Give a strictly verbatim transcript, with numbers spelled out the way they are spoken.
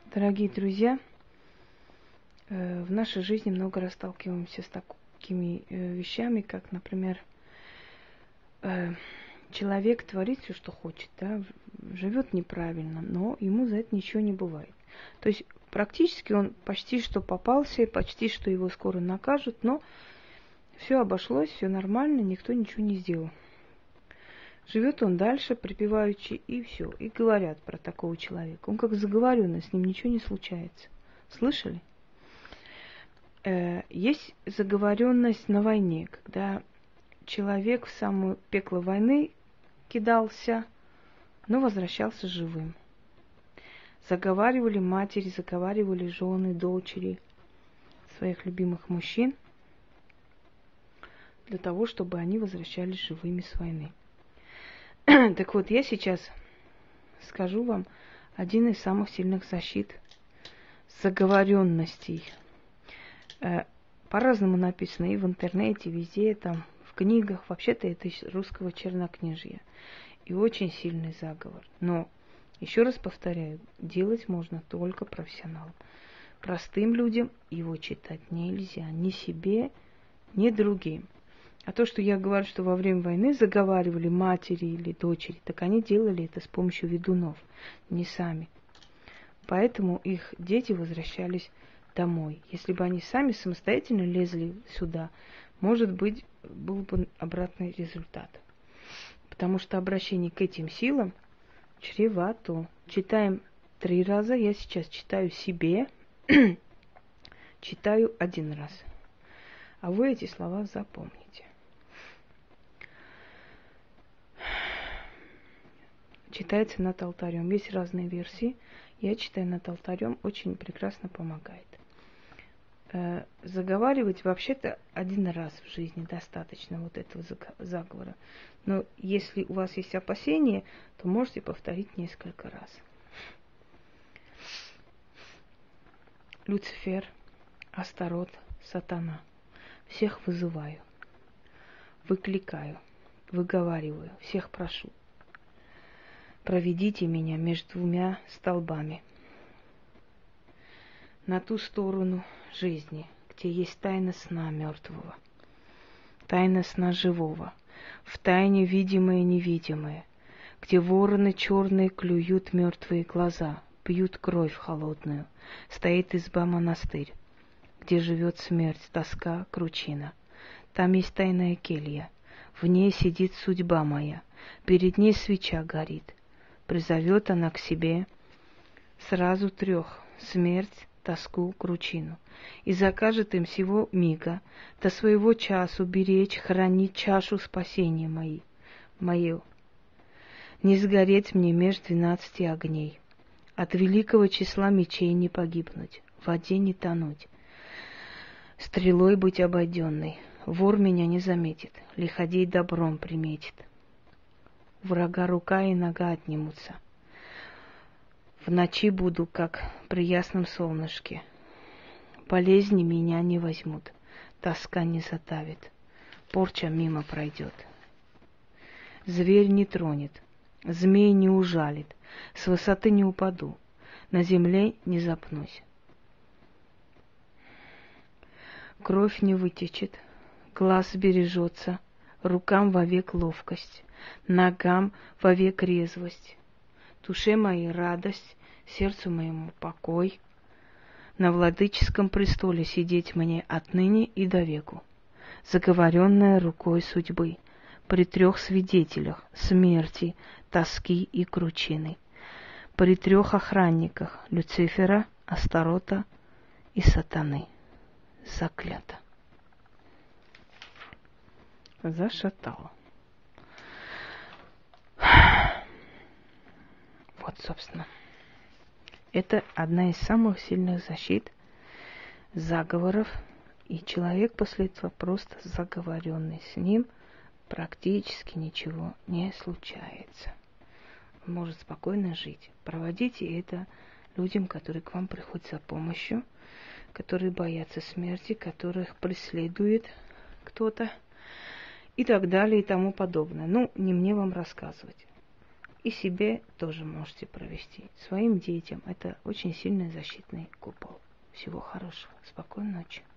Дорогие друзья, э, в нашей жизни много раз сталкиваемся с такими э, вещами, как, например, э, человек творит все, что хочет, да, живет неправильно, но ему за это ничего не бывает. То есть практически он почти что попался, почти что его скоро накажут, но все обошлось, все нормально, никто ничего не сделал. Живет он дальше, припеваючи, и все. И говорят про такого человека. Он как заговоренный, с ним ничего не случается. Слышали? Э, есть заговоренность на войне, когда человек в самое пекло войны кидался, но возвращался живым. Заговаривали матери, заговаривали жены, дочери своих любимых мужчин для того, чтобы они возвращались живыми с войны. Так вот, я сейчас скажу вам один из самых сильных защит заговоренностей. По-разному написано и в интернете, везде, там, в книгах. Вообще-то это из русского чернокнижья. И очень сильный заговор. Но, еще раз повторяю, делать можно только профессионалам. Простым людям его читать нельзя. Ни себе, ни другим. А то, что я говорю, что во время войны заговаривали матери или дочери, так они делали это с помощью ведунов, не сами. Поэтому их дети возвращались домой. Если бы они сами самостоятельно лезли сюда, может быть, был бы обратный результат. Потому что обращение к этим силам чревато. Читаем три раза, я сейчас читаю себе, читаю один раз. А вы эти слова запомните. Читается над алтарем. Есть разные версии. Я читаю над алтарем, очень прекрасно помогает. Э, заговаривать вообще-то один раз в жизни достаточно вот этого заговора. Но если у вас есть опасения, то можете повторить несколько раз. Люцифер, Астарот, Сатана. Всех вызываю, выкликаю, выговариваю, всех прошу. Проведите меня между двумя столбами, на ту сторону жизни, где есть тайна сна мертвого, тайна сна живого, в тайне видимое и невидимое, где вороны черные клюют мертвые глаза, пьют кровь холодную, стоит изба-монастырь, где живет смерть, тоска, кручина. Там есть тайная келья, в ней сидит судьба моя, перед ней свеча горит. Призовет она к себе сразу трех — смерть, тоску, кручину, и закажет им сего мига до своего часу беречь, хранить чашу спасения моей, мою. Не сгореть мне меж двенадцати огней, от великого числа мечей не погибнуть, в воде не тонуть, стрелой быть обойденной, вор меня не заметит, лиходей добром приметит. Врага рука и нога отнимутся. В ночи буду, как при ясном солнышке. Болезни меня не возьмут, тоска не задавит, порча мимо пройдет. Зверь не тронет, змей не ужалит, с высоты не упаду, на земле не запнусь. Кровь не вытечет, глаз бережется, рукам вовек ловкость, ногам вовек резвость, душе моей радость, сердцу моему покой, на владыческом престоле сидеть мне отныне и до веку, заговоренная рукой судьбы, при трех свидетелях смерти, тоски и кручины, при трех охранниках Люцифера, Астарота и Сатаны. Заклято. Зашатало. Вот, собственно. Это одна из самых сильных защит заговоров. И человек после этого просто заговоренный. С ним практически ничего не случается. Он может спокойно жить. Проводите это людям, которые к вам приходят за помощью, которые боятся смерти, которых преследует кто-то и так далее и тому подобное. Ну, не мне вам рассказывать. И себе тоже можете провести. Своим детям это очень сильный защитный купол. Всего хорошего. Спокойной ночи.